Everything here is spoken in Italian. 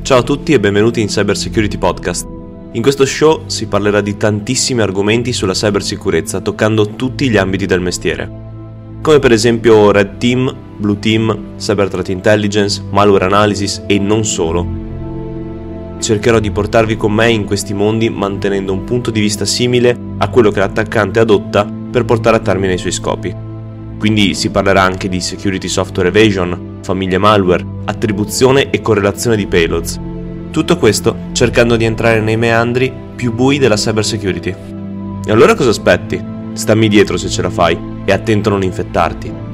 Ciao a tutti e benvenuti in Cyber Security Podcast. In questo show si parlerà di tantissimi argomenti sulla cybersicurezza, toccando tutti gli ambiti del mestiere, come per esempio Red Team, Blue Team, Cyber Threat Intelligence, Malware Analysis e non solo. Cercherò di portarvi con me in questi mondi mantenendo un punto di vista simile a quello che l'attaccante adotta per portare a termine i suoi scopi. Quindi si parlerà anche di Security Software Evasion, famiglie malware, attribuzione e correlazione di payloads. Tutto questo cercando di entrare nei meandri più bui della cyber security. E allora cosa aspetti? Stammi dietro se ce la fai e attento a non infettarti.